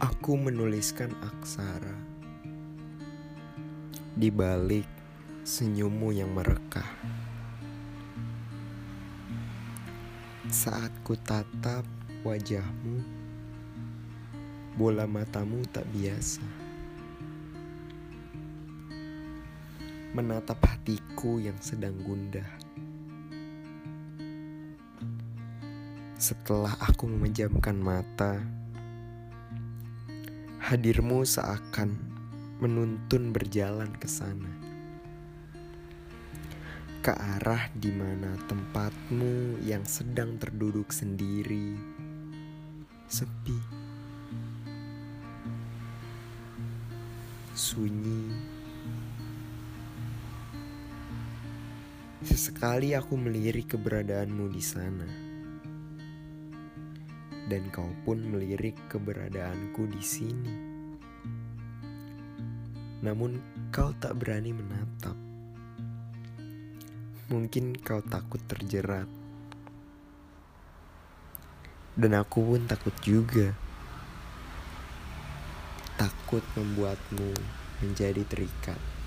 Aku menuliskan aksara di balik senyummu yang merekah. Saat ku tatap wajahmu, bola matamu tak biasa menatap hatiku yang sedang gundah. Setelah aku memejamkan mata, hadirmu seakan menuntun berjalan ke sana, ke arah di mana tempatmu yang sedang terduduk sendiri, sepi, sunyi. Sesekali aku melirik keberadaanmu di sana, dan kau pun melirik keberadaanku di sini. Namun kau tak berani menatap. Mungkin kau takut terjerat. Dan aku pun takut juga. Takut membuatmu menjadi terikat.